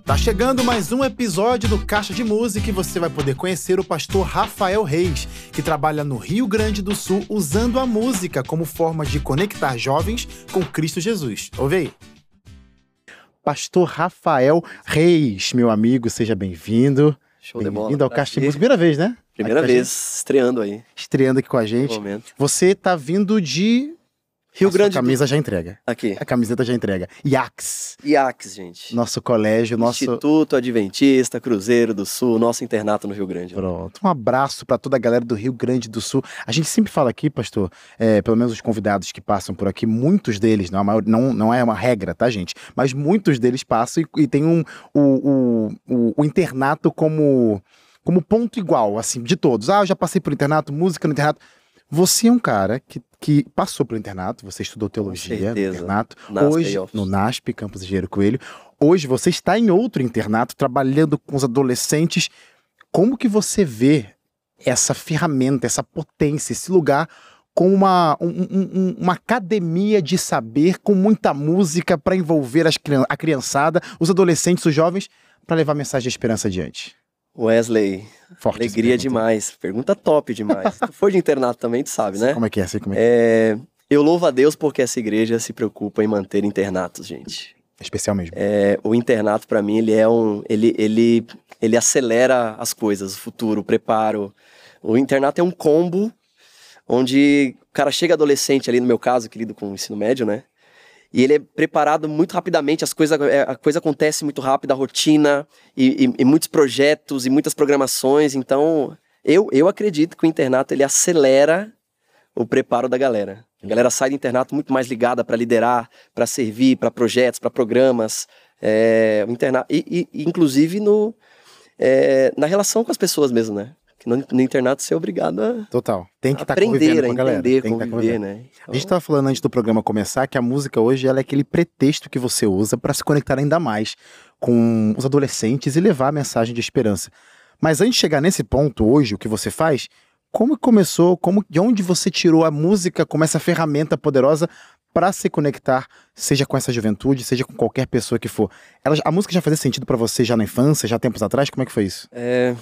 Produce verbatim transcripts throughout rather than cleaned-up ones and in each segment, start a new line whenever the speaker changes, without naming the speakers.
Tá chegando mais um episódio do Caixa de Música e você vai poder conhecer o pastor Rafael Reis, que trabalha no Rio Grande do Sul usando a música como forma de conectar jovens com Cristo Jesus. Ouve aí. Pastor Rafael Reis, meu amigo, seja bem-vindo.
Show de bola.
Bem-vindo ao Caixa de Música. Primeira vez, né?
Primeira vez, estreando aí.
Estreando aqui com a gente.
Momento.
Você tá vindo de...
Rio
a sua
Grande do...
camisa já entrega.
Aqui.
A camiseta já entrega. I A C S.
I A C S, gente.
Nosso colégio, nosso...
Instituto Adventista Cruzeiro do Sul, nosso internato no Rio Grande.
Pronto. Um abraço para toda a galera do Rio Grande do Sul. A gente sempre fala aqui, pastor, é, pelo menos os convidados que passam por aqui, muitos deles, não, a maior, não, não é uma regra, tá, gente? Mas muitos deles passam e, e tem um, o, o, o, o internato como, como ponto igual, assim, de todos. Ah, eu já passei por internato, música no internato. Você é um cara que, que passou pelo internato, você estudou teologia no internato,
NASP,
hoje no NASP, Campus Engenheiro Coelho. Hoje você está em outro internato, trabalhando com os adolescentes. Como que você vê essa ferramenta, essa potência, esse lugar com uma, um, um, uma academia de saber, com muita música para envolver as, a criançada, os adolescentes, os jovens, para levar a mensagem de esperança adiante?
Wesley,
Forte
alegria demais. Pergunta top demais. Se tu for de internato também, tu sabe, né?
Como é que é? Sei como é que
é. Eu louvo a Deus porque essa igreja se preocupa em manter internatos, gente.
Especial mesmo.
É, o internato, pra mim, ele é um... Ele, ele, ele acelera as coisas, o futuro, o preparo. O internato é um combo onde o cara chega adolescente ali, no meu caso, que lido com o ensino médio, né? E ele é preparado muito rapidamente, as coisas, a coisa acontece muito rápido, a rotina, e, e, e muitos projetos, e muitas programações. Então, eu, eu acredito que o internato, ele acelera o preparo da galera. A galera sai do internato muito mais ligada para liderar, para servir, para projetos, para programas. É, o internato, e, e inclusive no, é, na relação com as pessoas mesmo, né? No, no internato você é obrigado a
Total. Tem que estar
tá
convivendo com a
a
galera.
entender,
Tem que tá
conviver, né? Então...
A gente estava falando antes do programa começar que a música hoje ela é aquele pretexto que você usa para se conectar ainda mais com os adolescentes e levar a mensagem de esperança. Mas antes de chegar nesse ponto hoje, o que você faz, como começou, como, de onde você tirou a música como essa ferramenta poderosa para se conectar, seja com essa juventude, seja com qualquer pessoa que for? Ela, a música já fazia sentido para você já na infância, já tempos atrás? Como é que foi isso?
É...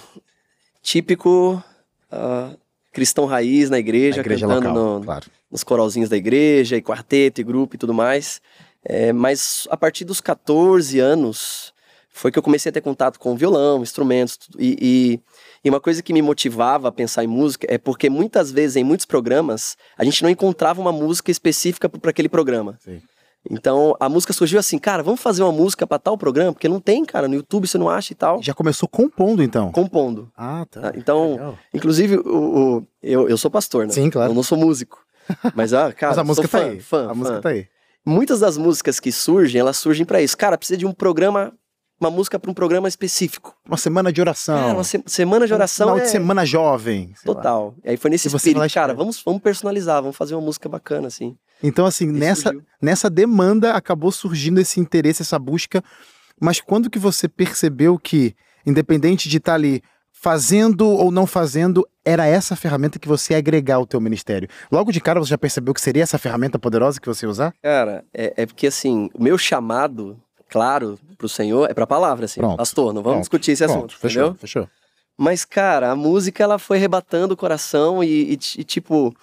Típico uh, cristão raiz na igreja,
igreja
cantando
local,
no,
claro.
nos coralzinhos da igreja, e quarteto, e grupo e tudo mais. É, mas a partir dos catorze anos, foi que eu comecei a ter contato com violão, instrumentos. E, e, e uma coisa que me motivava a pensar em música é porque muitas vezes, em muitos programas, a gente não encontrava uma música específica para aquele programa. Sim. Então, a música surgiu assim, cara, vamos fazer uma música pra tal programa? Porque não tem, cara, no YouTube você não acha e tal.
Já começou compondo, então?
Compondo.
Ah, tá.
Então,
legal.
Inclusive, o, o, eu, eu sou pastor, né?
Sim, claro.
Eu não sou músico. Mas, ah, cara,
Mas a música
sou
tá
fã,
aí.
fã,
A
fã.
música tá aí.
Muitas das músicas que surgem, elas surgem pra isso. Cara, precisa de um programa, uma música pra um programa específico.
Uma semana de oração.
Cara, uma se semana de oração
um final
é...
de semana jovem.
Total. E aí foi nesse
e
espírito,
fala,
cara, vamos, vamos personalizar, vamos fazer uma música bacana, assim.
Então, assim, nessa, nessa demanda acabou surgindo esse interesse, essa busca. Mas quando que você percebeu que, independente de estar ali fazendo ou não fazendo, era essa ferramenta que você ia agregar ao teu ministério? Logo de cara você já percebeu que seria essa ferramenta poderosa que você ia usar?
Cara, é, é porque assim, o meu chamado, claro, pro Senhor, é pra palavra, assim.
Pronto.
Pastor, não vamos
Pronto.
discutir esse
Pronto.
assunto,
Fechou.
entendeu?
Fechou.
Mas, cara, a música, ela foi arrebatando o coração e, e, e tipo,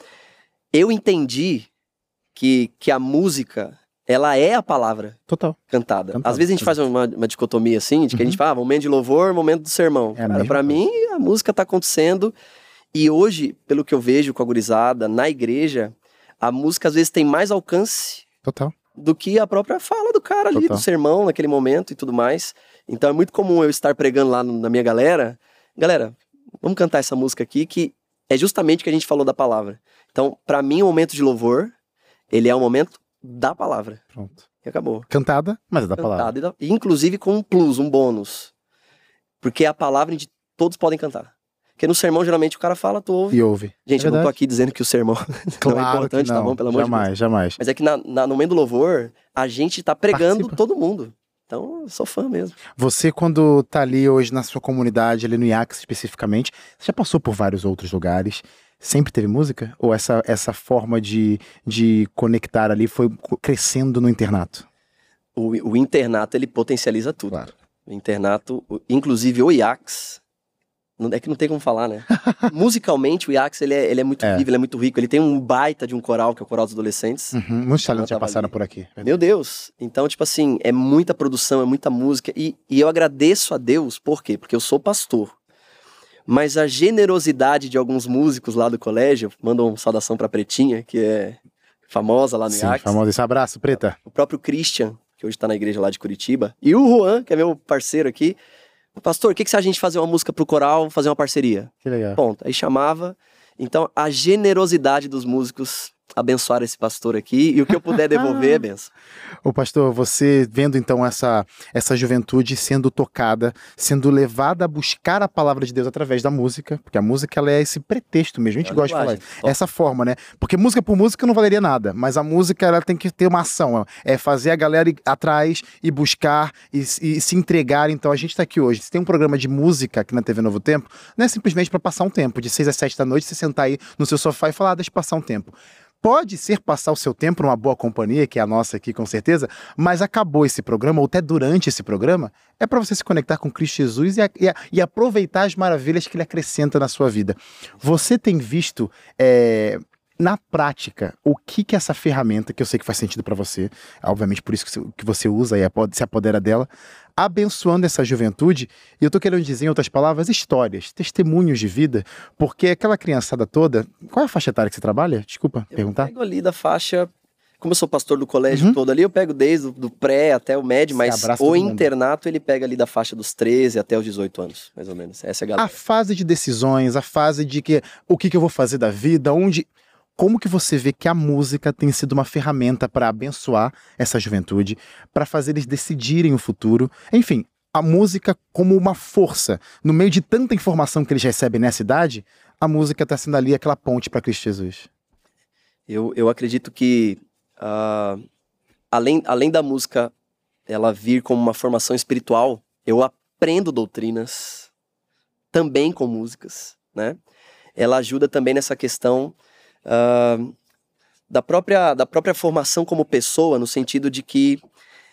eu entendi que, que a música, ela é a palavra
Total.
cantada.
Cantada.
Às vezes a gente faz uma, uma dicotomia assim, de que uhum. a gente fala, ah, momento de louvor, momento do sermão.
É
Cara, pra mim, a música tá acontecendo. E hoje, pelo que eu vejo com a gurizada, na igreja, a música às vezes tem mais alcance
Total.
do que a própria fala do cara ali,
Total.
do sermão, naquele momento e tudo mais. Então é muito comum eu estar pregando lá no, na minha galera. Galera, vamos cantar essa música aqui, que é justamente o que a gente falou da palavra. Então, pra mim, o momento de louvor, ele é o momento da palavra.
Pronto.
E acabou.
Cantada, mas é da
Cantada
palavra.
E, da, e inclusive com um plus, um bônus. Porque é a palavra onde todos podem cantar. Porque no sermão, geralmente, o cara fala, tu ouve.
E ouve.
Gente,
é
eu não tô aqui dizendo que o sermão
claro
não é importante,
não.
Tá bom? Pelo amor
jamais,
de Deus.
Jamais, jamais.
Mas é que na, na, no meio do louvor, a gente tá pregando
Participa.
todo mundo. Então, eu sou fã mesmo.
Você, quando tá ali hoje na sua comunidade, ali no I A C S especificamente, você já passou por vários outros lugares, sempre teve música? Ou essa, essa forma de, de conectar ali foi crescendo no internato?
O, o internato, ele potencializa tudo.
Claro.
O internato, inclusive o Iax, é que não tem como falar, né? Musicalmente, o Iax, ele é, ele é muito
É.
vivo, ele é muito rico. Ele tem um baita de um coral, que é o Coral dos Adolescentes.
Uhum, muitos talentos já
tava
passaram
ali.
por aqui.
Meu Deus! Então, tipo assim, é muita produção, é muita música. E, e eu agradeço a Deus, por quê? Porque eu sou pastor. Mas a generosidade de alguns músicos lá do colégio, mando uma saudação pra Pretinha, que é famosa lá no
Sim,
Iax.
famoso. Esse abraço, Preta.
O próprio Christian, que hoje tá na igreja lá de Curitiba. E o Juan, que é meu parceiro aqui. Pastor, o que, que se a gente fazer uma música pro coral, fazer uma parceria?
Que legal.
Ponto. Aí chamava. Então, a generosidade dos músicos abençoar esse pastor aqui. E o que eu puder devolver é benção.
Ô pastor, você vendo então essa, essa juventude sendo tocada, sendo levada a buscar a palavra de Deus através da música, porque a música ela é esse pretexto mesmo, a gente
É a
gosta de falar
linguagem.
isso, essa forma, né? Porque música por música não valeria nada, mas a música ela tem que ter uma ação, é fazer a galera ir atrás e buscar e, e se entregar. Então a gente tá aqui hoje, se tem um programa de música aqui na T V Novo Tempo, não é simplesmente para passar um tempo, de seis às sete da noite, você sentar aí no seu sofá e falar, ah, deixa eu passar um tempo. Pode ser passar o seu tempo numa boa companhia, que é a nossa aqui com certeza, mas acabou esse programa, ou até durante esse programa, é para você se conectar com Cristo Jesus e, a, e, a, e aproveitar as maravilhas que ele acrescenta na sua vida. Você tem visto, é, na prática, o que que essa ferramenta, que eu sei que faz sentido para você, obviamente por isso que você usa e se apodera dela, abençoando essa juventude, e eu tô querendo dizer, em outras palavras, histórias, testemunhos de vida, porque aquela criançada toda, qual é a faixa etária que você trabalha? Desculpa
Eu
perguntar.
pego ali da faixa, como eu sou pastor do colégio
Uhum.
todo ali, eu pego desde o do pré até o médio,
Você
mas
abraça
o
todo mundo.
internato ele pega ali da faixa dos treze até os dezoito anos, mais ou menos. Essa é a galera.
A fase de decisões, a fase de que, o que que eu vou fazer da vida, onde... Como que você vê que a música tem sido uma ferramenta para abençoar essa juventude, para fazer eles decidirem o futuro? Enfim, a música como uma força. No meio de tanta informação que eles recebem nessa idade, a música está sendo ali aquela ponte para Cristo Jesus.
Eu, eu acredito que, uh, além, além da música ela vir como uma formação espiritual, eu aprendo doutrinas também com músicas, né? Ela ajuda também nessa questão uh, da, própria, da própria formação como pessoa, no sentido de que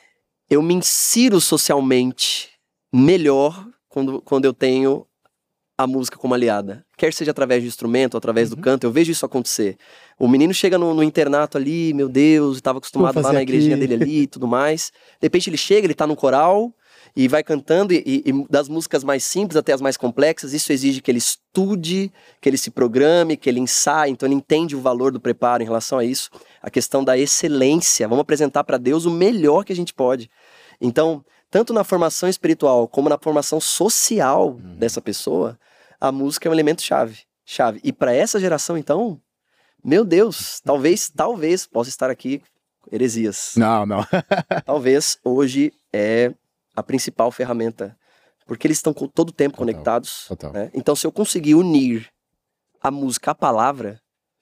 eu me insiro socialmente melhor quando, quando eu tenho a música como aliada. Quer seja através de instrumento, ou através
Uhum.
do canto, eu vejo isso acontecer. O menino chega no, no internato ali, meu Deus, estava acostumado
Vou
lá
fazer
na igrejinha
aqui.
dele ali e tudo mais. De repente ele chega, ele tá no coral e vai cantando, e, e- e das músicas mais simples até as mais complexas, isso exige que ele estude, que ele se programe, que ele ensaie, então ele entende o valor do preparo em relação a isso. A questão da excelência, vamos apresentar para Deus o melhor que a gente pode. Então, tanto na formação espiritual como na formação social
Uhum.
dessa pessoa, a música é um elemento chave, chave. E para essa geração, então, meu Deus, talvez, talvez possa estar aqui heresias.
Não, não.
Talvez hoje é a principal ferramenta, porque eles estão com todo o tempo
Total,
conectados.
total.
Né? Então, se eu conseguir unir a música à palavra,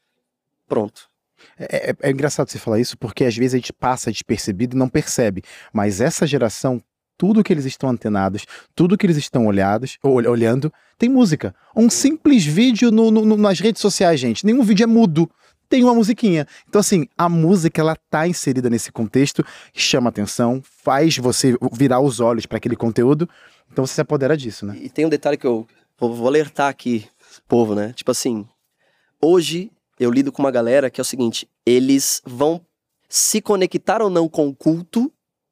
pronto.
É, é- é engraçado você falar isso, porque às vezes a gente passa despercebido e não percebe. Mas essa geração, tudo que eles estão antenados, tudo que eles estão olhados, ol- olhando, tem música. Um simples vídeo no- no- no- nas redes sociais, gente. Nenhum vídeo é mudo. Tem uma musiquinha. Então, assim, a música, ela tá inserida nesse contexto, chama atenção, faz você virar os olhos para aquele conteúdo. Então, você se apodera disso, né?
E tem um detalhe que eu vou, vou alertar aqui, povo, né? Tipo assim, hoje eu lido com uma galera que é o seguinte, eles vão se conectar ou não com o culto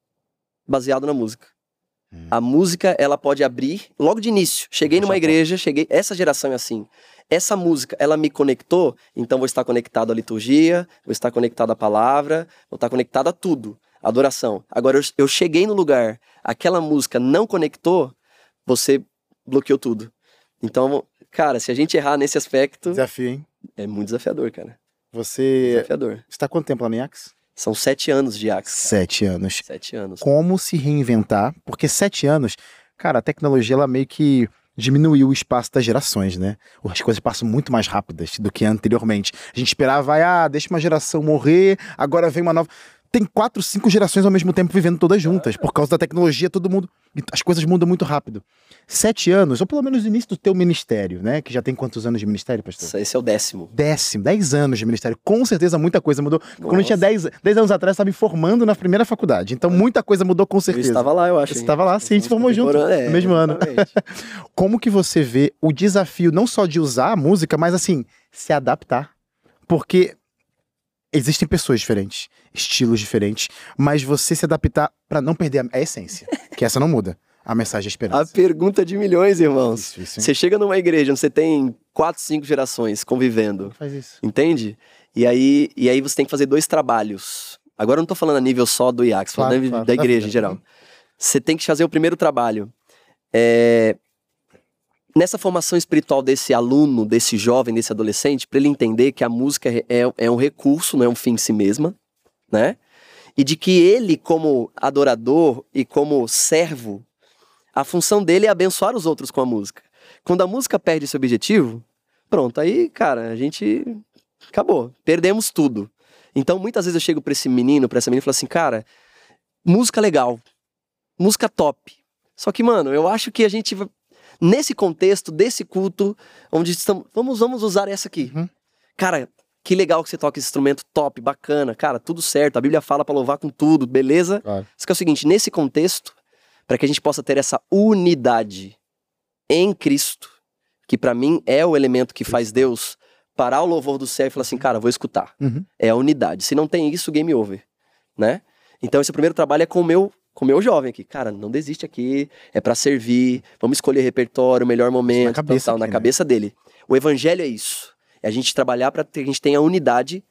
baseado na música.
Hum.
A música, ela pode abrir logo de início. Cheguei
Fecha
numa
a porta.
igreja, cheguei, essa geração é assim. Essa música, ela me conectou, então vou estar conectado à liturgia, vou estar conectado à palavra, vou estar conectado a tudo, à adoração. Agora, eu, eu cheguei no lugar, aquela música não conectou, você bloqueou tudo. Então, cara, se a gente errar nesse aspecto,
Desafio, hein?
é muito desafiador, cara.
Você
Desafiador.
está há quanto tempo lá no Iax?
São sete anos de Axe.
Sete anos.
Sete anos.
Como se reinventar, porque sete anos, cara, a tecnologia ela meio que diminuiu o espaço das gerações, né? As coisas passam muito mais rápidas do que anteriormente. A gente esperava, vai, ah, deixa uma geração morrer, agora vem uma nova. tem quatro, cinco gerações ao mesmo tempo vivendo todas juntas. Por causa da tecnologia, todo mundo... As coisas mudam muito rápido. Sete anos, ou pelo menos no início do teu ministério, né? Que já tem quantos anos de ministério, pastor?
Esse é o décimo.
Décimo, dez anos de ministério. Com certeza muita coisa mudou.
Nossa.
Quando eu tinha dez, dez anos atrás, eu estava me formando na primeira faculdade. Então muita coisa mudou com certeza.
Eu estava lá, eu acho.
Você estava lá, sim, a gente se formou junto,
é,
no mesmo ano.
exatamente.
Como que você vê o desafio não só de usar a música, mas assim, se adaptar? Porque existem pessoas diferentes, estilos diferentes, mas você se adaptar para não perder a, a essência, que essa não muda. A mensagem de esperança.
A pergunta de milhões, irmãos.
Isso, isso,
você chega numa igreja onde você tem quatro, cinco gerações convivendo.
Faz isso.
Entende? E aí, e aí você tem que fazer dois trabalhos. Agora eu não tô falando a nível só do I A C, tô falando
Claro,
da,
claro,
da igreja
da
em geral. Você tem que fazer o primeiro trabalho. É... Nessa formação espiritual desse aluno, desse jovem, desse adolescente, para ele entender que a música é, é um recurso, não é um fim em si mesma, né? E de que ele, como adorador e como servo, a função dele é abençoar os outros com a música. Quando a música perde esse objetivo, pronto, aí, cara, a gente acabou, perdemos tudo. Então, muitas vezes eu chego pra esse menino, pra essa menina e falo assim, cara, música legal, música top. Só que, mano, eu acho que a gente, nesse contexto, desse culto, onde estamos, vamos, vamos usar essa aqui.
Uhum.
Cara, que legal que você toca esse instrumento top, bacana, cara, tudo certo, a Bíblia fala pra louvar com tudo, beleza?
Claro.
Só que é o seguinte, nesse contexto, para que a gente possa ter essa unidade em Cristo, que para mim é o elemento que faz Deus parar o louvor do céu e falar assim, cara, vou escutar.
Uhum.
É a unidade. Se não tem isso, game over, né? Então esse primeiro trabalho é com o meu, com o meu jovem aqui. Cara, não desiste aqui, é para servir, vamos escolher repertório, o melhor momento,
na cabeça,
tal, tal,
aqui,
na
né?
cabeça dele. O evangelho é isso. É a gente trabalhar para que a gente tenha unidade,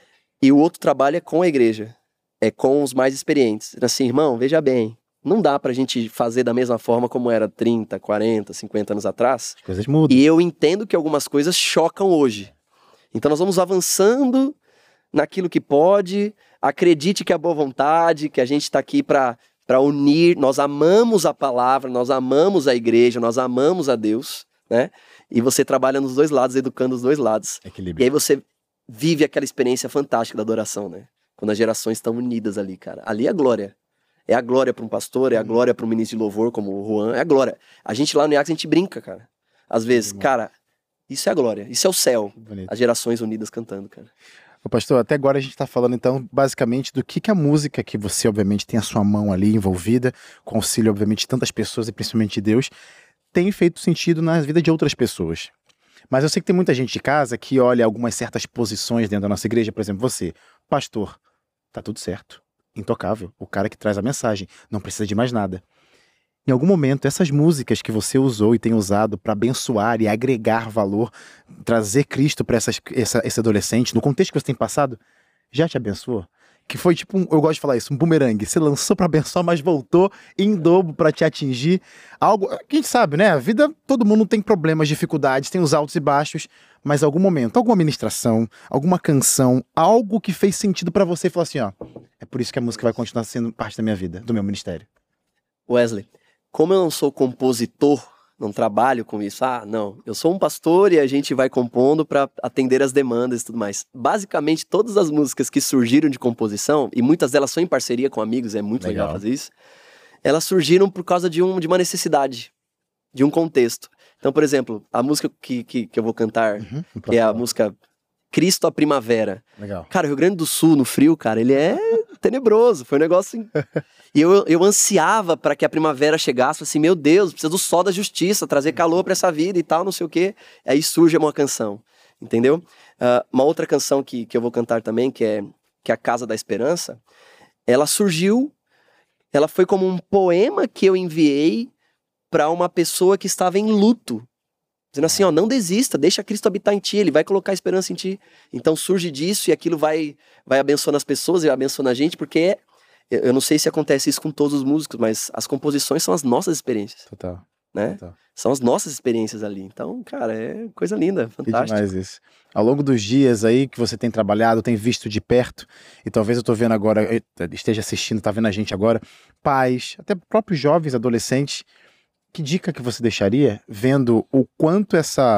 e o outro trabalho é com a igreja, é com os mais experientes. Assim, irmão, veja bem, não dá pra gente fazer da mesma forma como era trinta, quarenta, cinquenta anos atrás.
As coisas mudam.
E eu entendo que algumas coisas chocam hoje. Então nós vamos avançando naquilo que pode. Acredite que é boa vontade, que a gente está aqui para para unir. Nós amamos a palavra, nós amamos a igreja, nós amamos a Deus, né? E você trabalha nos dois lados, educando os dois lados.
Equilíbrio.
E aí você vive aquela experiência fantástica da adoração, né? Quando as gerações estão unidas ali, cara. Ali é a glória. É a glória para um pastor, é a glória para um ministro de louvor como o Juan, é a glória. A gente lá no I A C, a gente brinca, cara. Às vezes, cara, isso é a glória, isso é o céu.
Bonito.
As gerações unidas cantando, cara.
Ô, pastor, até agora a gente está falando, então, basicamente do que, que a música, que você, obviamente, tem a sua mão ali envolvida, com auxílio, obviamente, de tantas pessoas e principalmente de Deus, tem feito sentido na vida de outras pessoas. Mas eu sei que tem muita gente de casa que olha algumas certas posições dentro da nossa igreja, por exemplo, você, pastor, tá tudo certo. Intocável, o cara que traz a mensagem, não precisa de mais nada. Em algum momento, essas músicas que você usou e tem usado para abençoar e agregar valor, trazer Cristo para essa, esse adolescente, no contexto que você tem passado, já te abençoou? Que foi tipo, um, eu gosto de falar isso, um bumerangue. Você lançou para abençoar, mas voltou em dobro para te atingir. Algo que a gente sabe, né? A vida, todo mundo tem problemas, dificuldades, tem os altos e baixos, mas em algum momento, alguma ministração, alguma canção, algo que fez sentido para você e falou assim, ó, é por isso que a música vai continuar sendo parte da minha vida, do meu ministério.
Wesley, como eu não sou compositor, não trabalho com isso, ah, não, eu sou um pastor e a gente vai compondo para atender as demandas e tudo mais. Basicamente, todas as músicas que surgiram de composição, e muitas delas são em parceria com amigos, é muito legal, legal fazer isso, elas surgiram por causa de, um, de uma necessidade, de um contexto. Então, por exemplo, a música que, que, que eu vou cantar,
uhum,
que é a música Cristo a Primavera.
Legal.
Cara, o Rio Grande do Sul, no frio, cara, ele é tenebroso, foi um negócio assim. E eu, eu ansiava para que a primavera chegasse, assim, meu Deus, precisa do sol da justiça, trazer calor para essa vida e tal, não sei o quê. Aí surge uma canção, entendeu? Uh, uma outra canção que, que eu vou cantar também, que é, que é A Casa da Esperança, ela surgiu, ela foi como um poema que eu enviei para uma pessoa que estava em luto. Dizendo assim, ó, não desista, deixa Cristo habitar em ti, Ele vai colocar esperança em ti. Então surge disso e aquilo vai, vai abençoando as pessoas e abençoando a gente, porque eu, eu não sei se acontece isso com todos os músicos, mas as composições são as nossas experiências.
Total.
Né?
Total.
São as nossas experiências ali. Então, cara, é coisa linda, fantástico.
Que demais isso. Ao longo dos dias aí que você tem trabalhado, tem visto de perto, e talvez eu tô vendo agora, esteja assistindo, tá vendo a gente agora, pais, até próprios jovens, adolescentes, que dica que você deixaria, vendo o quanto essa,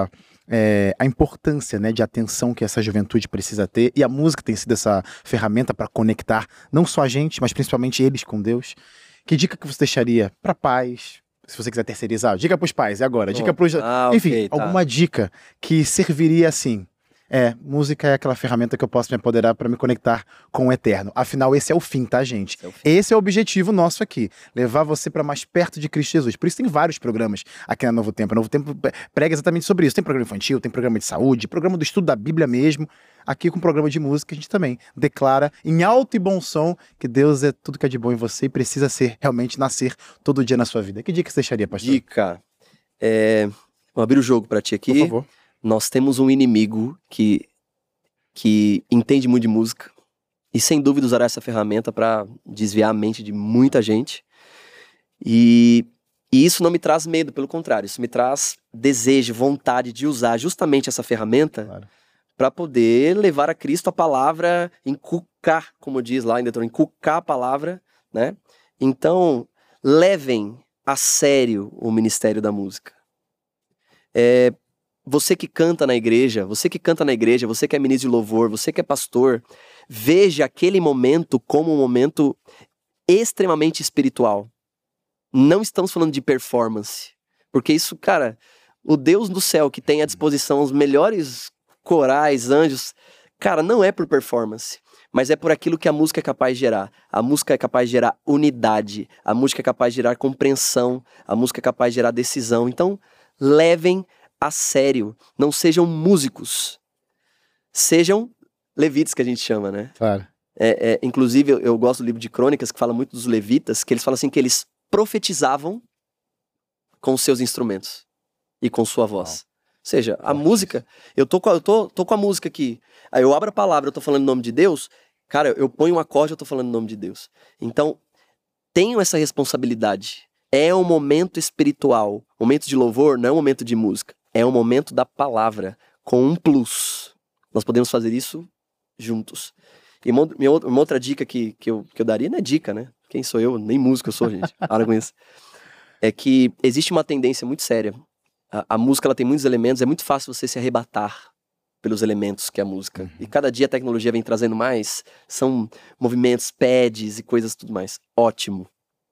é, a importância, né, de atenção que essa juventude precisa ter, e a música tem sido essa ferramenta para conectar não só a gente, mas principalmente eles com Deus. Que dica que você deixaria para pais, se você quiser terceirizar? Dica para os pais, é agora. Dica para os...
Ah,
Enfim,
okay, tá.
alguma dica que serviria assim... É, música é aquela ferramenta que eu posso me apoderar para me conectar com o eterno. Afinal, esse é o fim, tá, gente? Esse é o, esse é o objetivo nosso aqui. Levar você para mais perto de Cristo Jesus. Por isso tem vários programas aqui na Novo Tempo. A Novo Tempo prega exatamente sobre isso. Tem programa infantil, tem programa de saúde, programa do estudo da Bíblia mesmo. Aqui com o programa de música a gente também declara em alto e bom som que Deus é tudo que é de bom em você e precisa ser, realmente nascer todo dia na sua vida. Que dica você deixaria, pastor?
Dica. É... Vou abrir o jogo para ti aqui.
Por favor.
Nós temos um inimigo que, que entende muito de música e sem dúvida usará essa ferramenta para desviar a mente de muita gente. E, e isso não me traz medo, pelo contrário, isso me traz desejo, vontade de usar justamente essa ferramenta claro. Para poder levar a Cristo a palavra, encucar, como diz lá em Deuteronômio, encucar a palavra, né? Então, levem a sério o ministério da música. É... Você que canta na igreja, você que canta na igreja, você que é ministro de louvor, você que é pastor, veja aquele momento como um momento extremamente espiritual. Não estamos falando de performance, porque isso, cara, o Deus do céu que tem à disposição os melhores corais, anjos, cara, não é por performance, mas é por aquilo que a música é capaz de gerar. A música é capaz de gerar unidade, a música é capaz de gerar compreensão, a música é capaz de gerar decisão. Então, levem a sério, não sejam músicos, sejam levitas, que a gente chama, né?
Claro.
É, é, inclusive, eu, eu gosto do livro de Crônicas, que fala muito dos levitas, que eles falam assim, que eles profetizavam com os seus instrumentos e com sua voz. Wow. Ou seja, a Nossa. música, eu, tô com a, eu tô, tô com a música aqui, aí eu abro a palavra, eu tô falando em nome de Deus, cara, eu ponho um acorde, eu tô falando em nome de Deus. Então, tenham essa responsabilidade. É um momento espiritual. Momento de louvor não é um momento de música. É um momento da palavra, com um plus. Nós podemos fazer isso juntos. E uma, uma outra dica que, que, eu, que eu daria, não é dica, né? Quem sou eu? Nem músico eu sou, gente. Para com isso. É que existe uma tendência muito séria. A, a música ela tem muitos elementos, é muito fácil você se arrebatar pelos elementos que é a música. Uhum. E cada dia a tecnologia vem trazendo mais. São movimentos, pads e coisas tudo mais. Ótimo.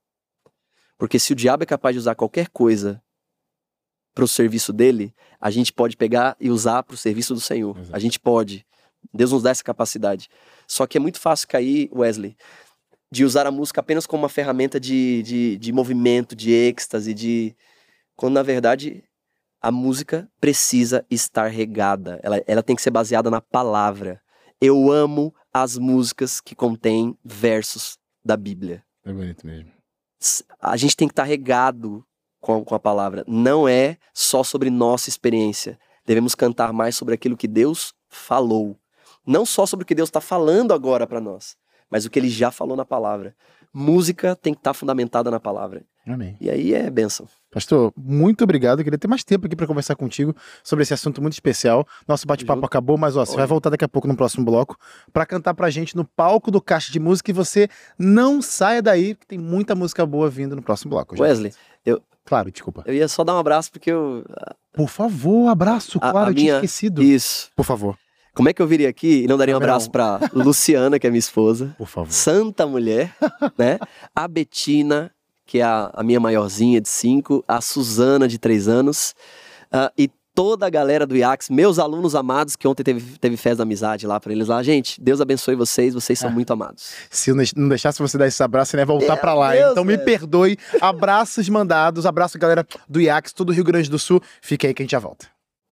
Porque se o diabo é capaz de usar qualquer coisa para o serviço dele, a gente pode pegar e usar para o serviço do Senhor. Exato. A gente pode. Deus nos dá essa capacidade. Só que é muito fácil cair, Wesley, de usar a música apenas como uma ferramenta de, de, de movimento, de êxtase, de... quando na verdade a música precisa estar regada. Ela, ela tem que ser baseada na palavra. Eu amo as músicas que contêm versos da Bíblia.
É bonito mesmo.
A gente tem que estar regado com, com a palavra. Não é só sobre nossa experiência. Devemos cantar mais sobre aquilo que Deus falou. Não só sobre o que Deus está falando agora para nós, mas o que Ele já falou na palavra. Música tem que estar fundamentada na palavra.
Amém.
E aí é bênção.
Pastor, muito obrigado. Eu queria ter mais tempo aqui para conversar contigo sobre esse assunto muito especial. Nosso bate-papo acabou, mas ó, você vai voltar daqui a pouco no próximo bloco para cantar pra gente no palco do Caixa de Música, e você não saia daí, porque tem muita música boa vindo no próximo bloco.
Wesley, eu...
Claro, desculpa.
Eu ia só dar um abraço porque eu...
Por favor, abraço,
a,
claro,
a
eu
minha...
tinha esquecido.
Isso.
Por favor.
Como é que eu viria aqui e não daria um abraço pra Luciana, que é minha esposa.
Por favor.
Santa mulher, né? A Betina, que é a, a minha maiorzinha de cinco, a Suzana de três anos, uh, e toda a galera do I A C S, meus alunos amados, que ontem teve, teve festa da amizade lá pra eles lá. Gente, Deus abençoe vocês, vocês são ah, muito amados.
Se eu não deixasse você dar esse abraço, você ia voltar é, pra lá. Deus então Deus. Me perdoe. Abraços mandados, abraço galera do I A C S, todo o Rio Grande do Sul. Fique aí que a gente já volta.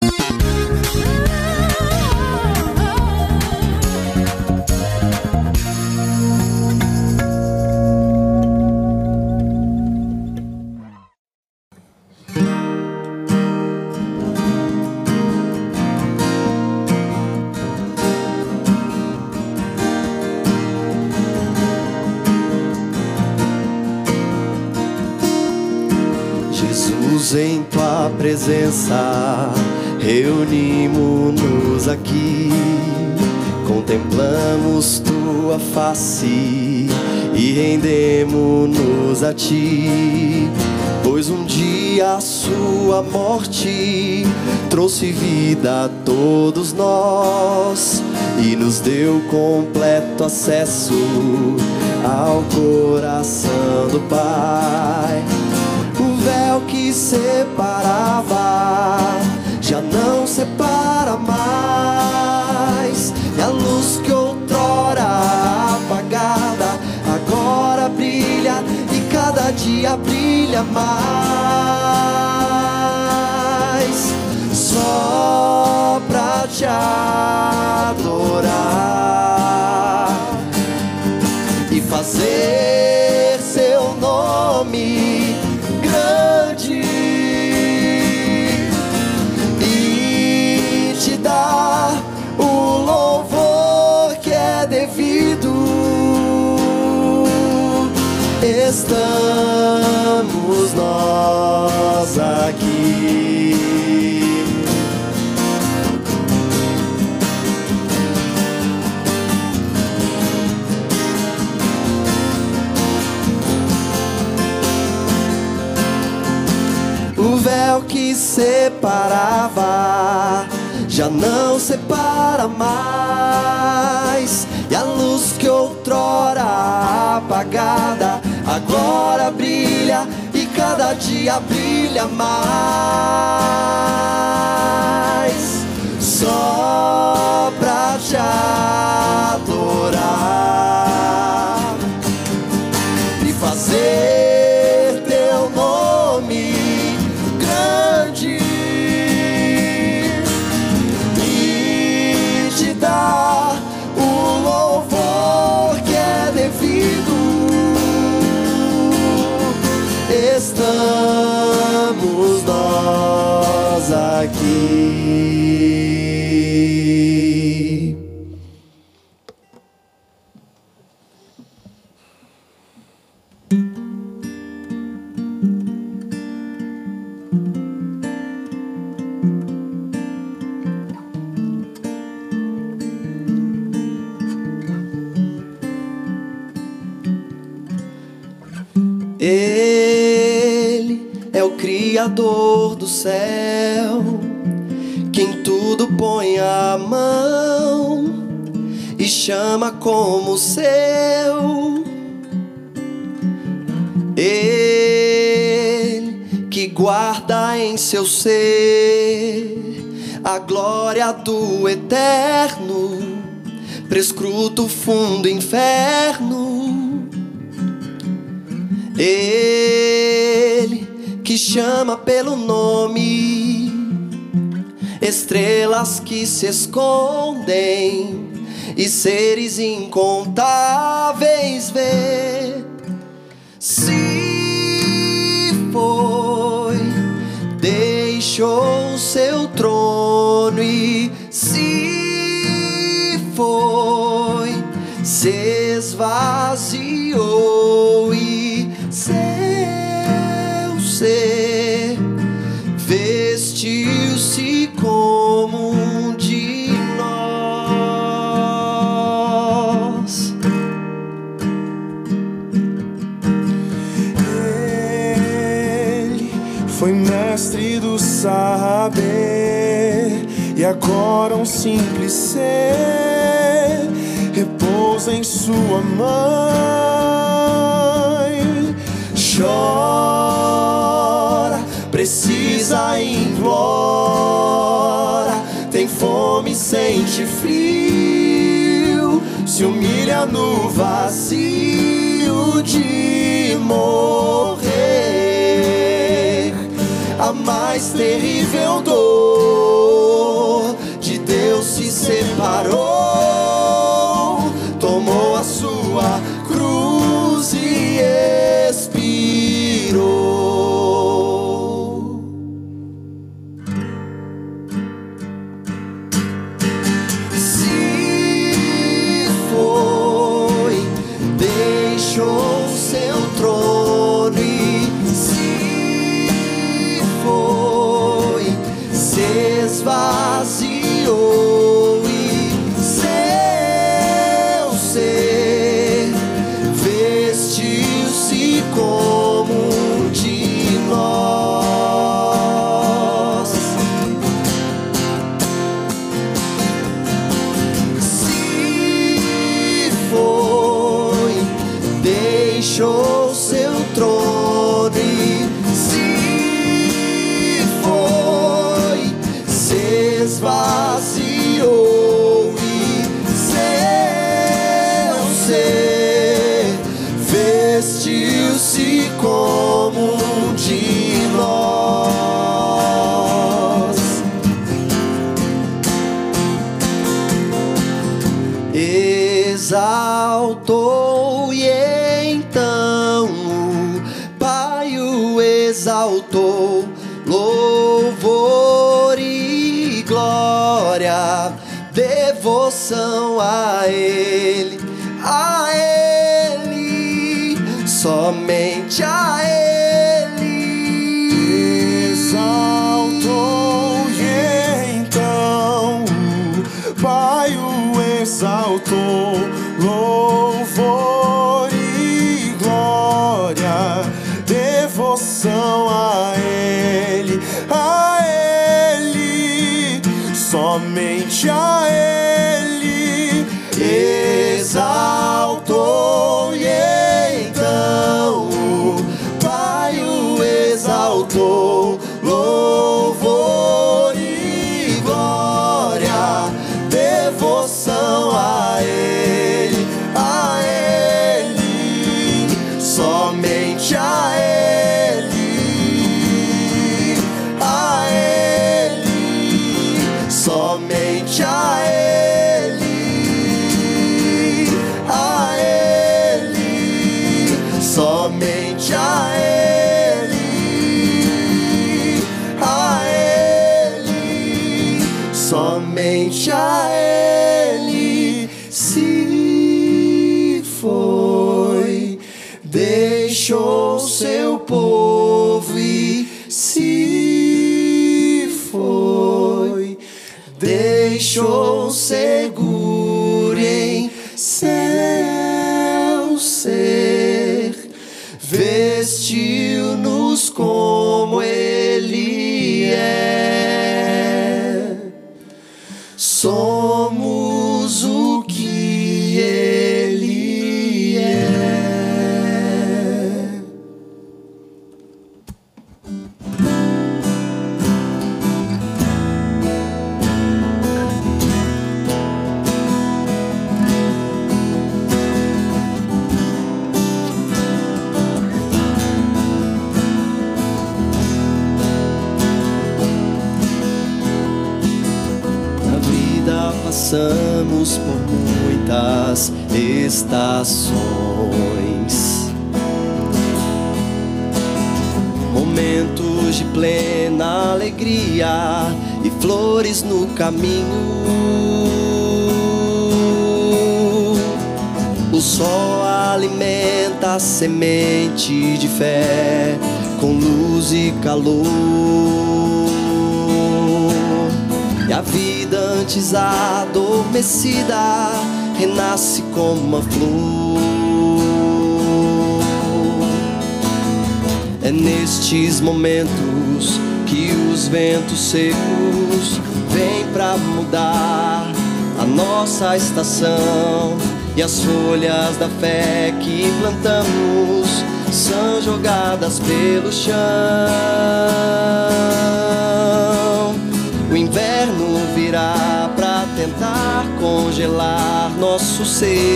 Em tua presença reunimos-nos aqui, contemplamos tua face e rendemos-nos a ti, Pois um dia a sua morte trouxe vida a todos nós e nos deu completo acesso ao coração do Pai. O véu que separava já não separa mais, e a luz que outrora apagada agora brilha, e cada dia brilha mais, só pra te adorar e fazer seu nome grande e te dar o louvor que é devido. Estamos nós aqui. O véu que separava já não separa mais, e a luz que outrora apagada agora brilha, e cada dia brilha mais, só pra te adorar e fazer teu nome grande e te dar o louvor que é devido. Estamos nós aqui. Ele é o Criador do céu, quem tudo põe a mão e chama como seu. Ele que guarda em seu ser a glória do eterno, prescruta o fundo inferno. Ele que chama pelo nome estrelas que se escondem e seres incontáveis vê. Se foi, deixou seu trono e se foi, se esvaziou e seu ser vestiu-se como um de nós.
Ele foi mestre do saber e agora um simples ser repousa em sua mãe. Chora, precisa, implora, tem fome, sente frio, se humilha no vazio de morrer. A mais terrível dor de Deus se separou, tomou a sua cruz e expirou. Se foi, deixou seu trono e se foi, se esvaziou e se exaltou, e então o Pai o exaltou. Louvor e glória, devoção a Ele, a Ele, somente a Ele.
Exaltou, e então o Pai o exaltou. Louvor e glória, devoção a Ele, a Ele, somente a Ele.
Exaltou, e então o Pai o exaltou. Louvor e glória, devoção a Ele, a Ele, somente a Ele, a Ele, somente a Ele, a Ele, somente a Ele, a Ele, somente a Ele. Se foi, deixou seu povo, e se foi, deixou seguro em céu ser, vestiu-nos como Ele é. Somos o que Ele é. Na vida passamos por muitas estações, momentos de plena alegria e flores no caminho. O sol alimenta a semente de fé com luz e calor, e a vida antes adormecida renasce como uma flor. É nestes momentos que os ventos secos vêm pra mudar a nossa estação, e as folhas da fé que plantamos são jogadas pelo chão. O inverno virá pra tentar congelar nosso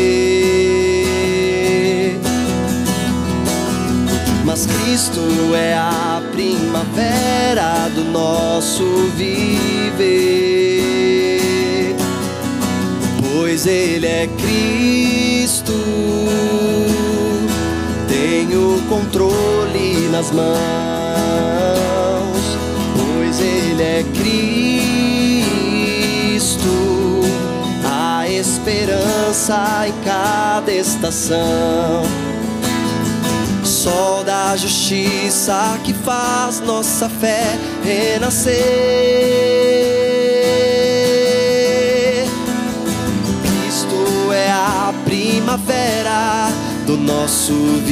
ser, mas Cristo é a primavera do nosso viver, pois Ele é Cristo, tem o controle nas mãos, pois Ele é Cristo, a esperança em cada estação. Sol da justiça que faz nossa fé renascer. Cristo é a primavera do nosso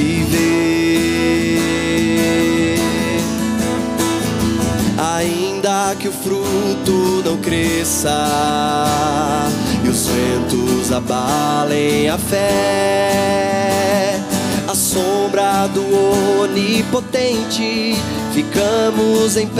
viver. Ainda que o fruto não cresça e os ventos abalem a fé, à sombra do Onipotente ficamos em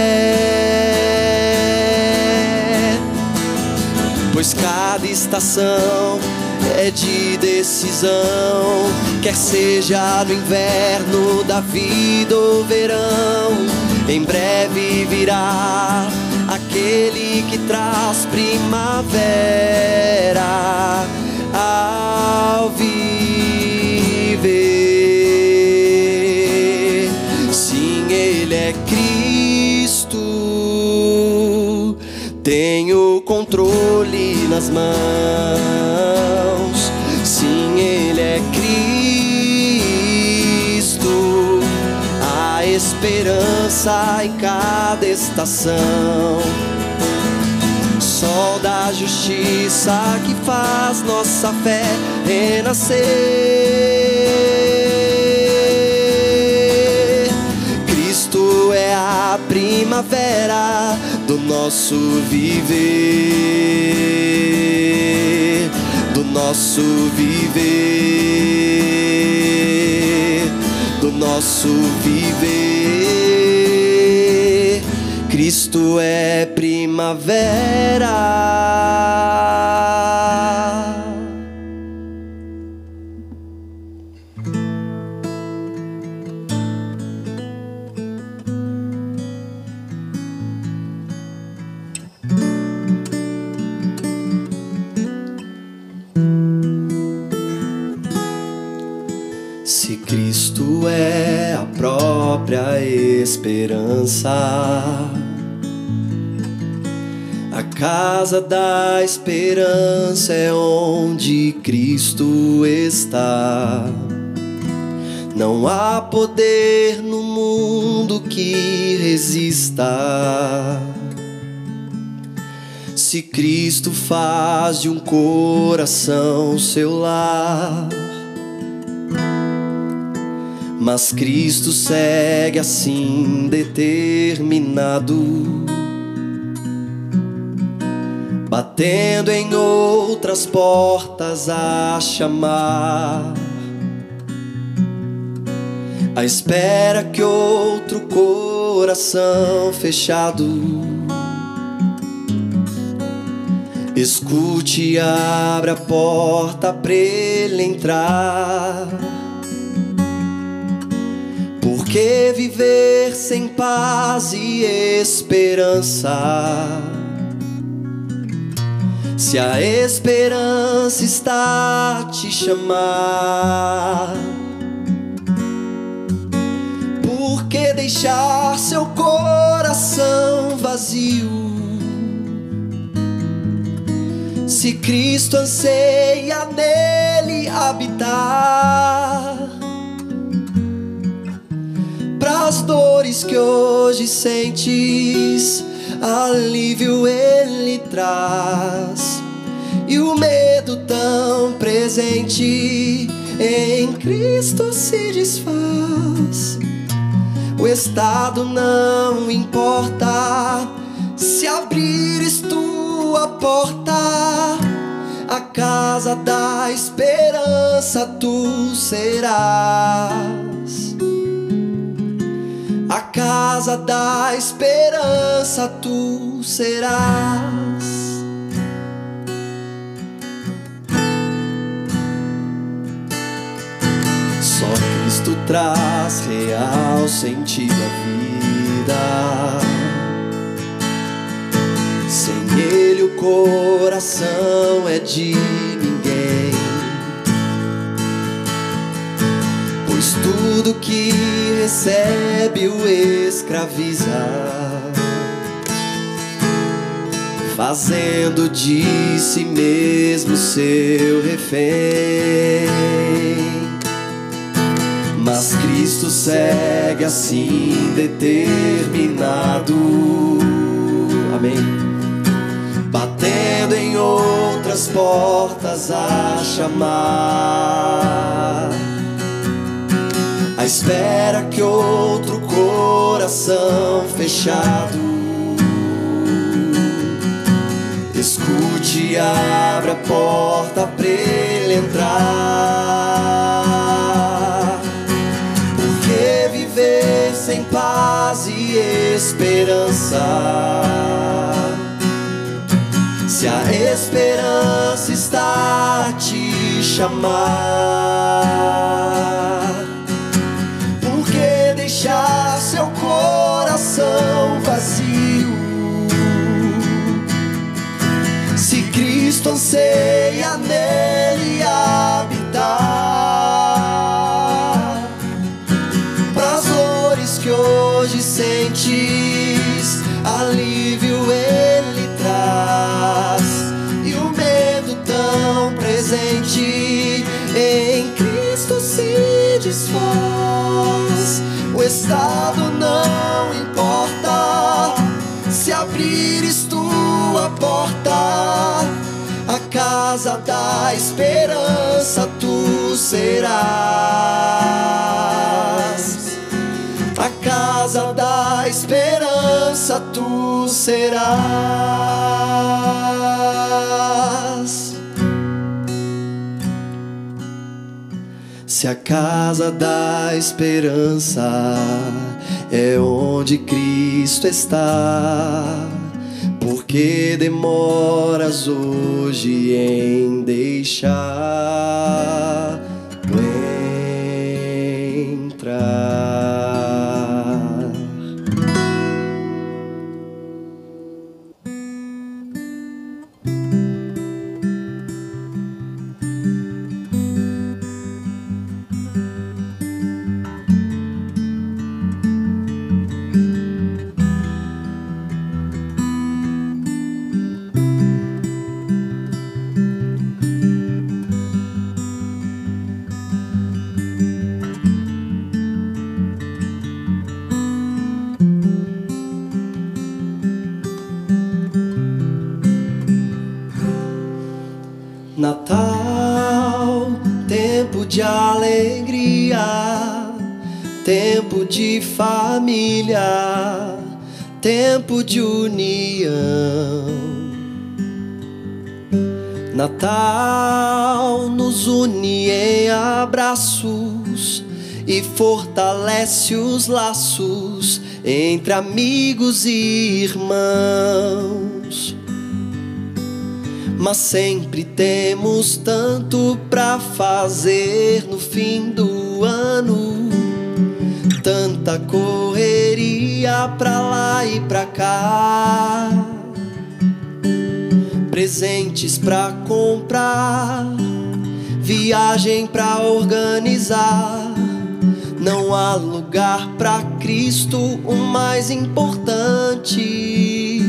pé, pois cada estação é de decisão, quer seja no inverno da vida ou verão, em breve virá aquele que traz primavera, ao viver. Sim, Ele é Cristo, tem o controle nas mãos. Sim, Ele é Cristo, a esperança em cada estação. Sol da justiça que faz nossa fé renascer. Cristo é a primavera do nosso viver, do nosso viver, do nosso viver. Cristo é primavera. Se Cristo é a própria esperança, a casa da esperança é onde Cristo está. Não há poder no mundo que resista. Se Cristo faz de um coração seu lar, mas Cristo segue assim determinado, batendo em outras portas a chamar, à espera que outro coração fechado escute e abra a porta pra ele entrar. Porque viver sem paz e esperança, se a esperança está a te chamar? Por que deixar seu coração vazio, se Cristo anseia nele habitar? Pras dores que hoje sentes, alívio ele traz, e o medo tão presente em Cristo se desfaz. O estado não importa, se abrires tua porta, a casa da esperança tu serás. A casa da esperança tu serás. Só Cristo traz real sentido à vida. Sem Ele o coração é de ninguém, pois tudo que recebe o escraviza, fazendo de si mesmo seu refém. Mas Cristo segue assim determinado, amém, batendo em outras portas a chamar, à espera que outro coração fechado escute e abra a porta pra ele entrar. Porque viver sem paz e esperança, se a esperança está a te chamar? Por que deixar seu coração vazio, se Cristo anseia nele presentes, alívio Ele traz, e o medo tão presente em Cristo se desfaz. O estado não importa, se abrires tua porta, a casa da esperança tu serás. A casa da esperança tu serás. Se a casa da esperança é onde Cristo está, por que demoras hoje em deixar entrar? Natal, tempo de alegria, tempo de família, tempo de união. Natal nos une em abraços e fortalece os laços entre amigos e irmãos. Mas sempre temos tanto pra fazer no fim do ano, tanta correria pra lá e pra cá, presentes pra comprar, viagem pra organizar. Não há lugar pra Cristo, o mais importante.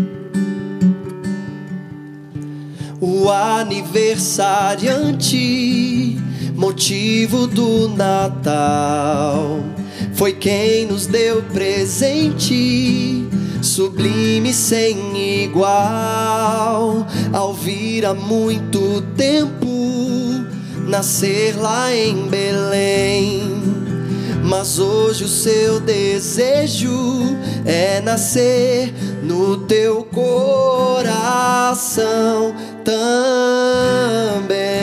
O aniversariante, motivo do Natal, foi quem nos deu presente, sublime sem igual. Ao vir há muito tempo nascer lá em Belém, mas hoje o seu desejo é nascer no teu coração também.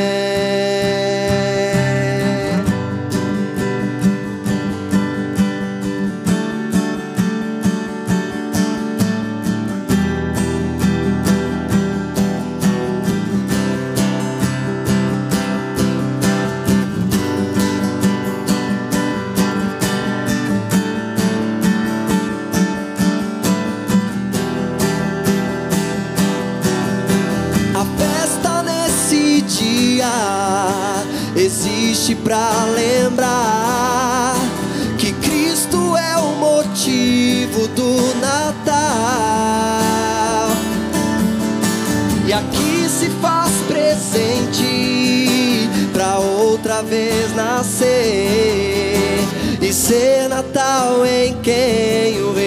Existe pra lembrar que Cristo é o motivo do Natal, e aqui se faz presente pra outra vez nascer e ser Natal em quem o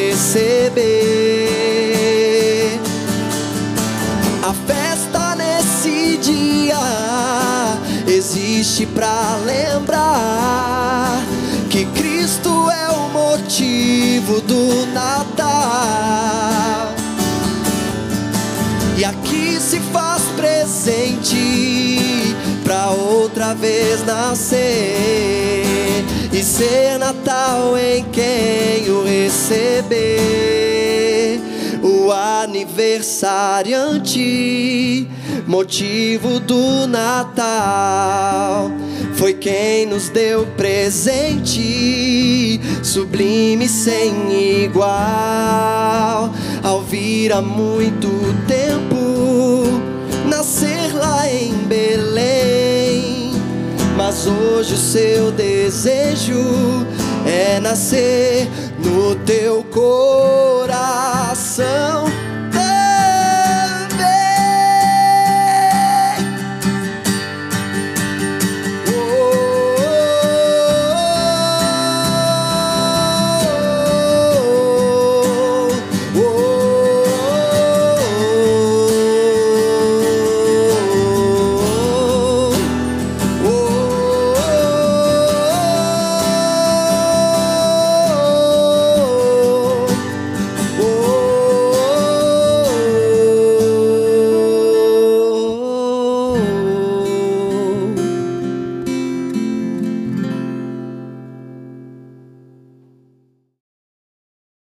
receber. A festa nesse dia existe pra lembrar que Cristo é o motivo do Natal, e aqui se faz presente pra outra vez nascer e ser Natal em quem o receber. O aniversariante, motivo do Natal, foi quem nos deu presente, sublime sem igual. Ao vir há muito tempo nascer lá em Belém, mas hoje o seu desejo é nascer no no teu coração.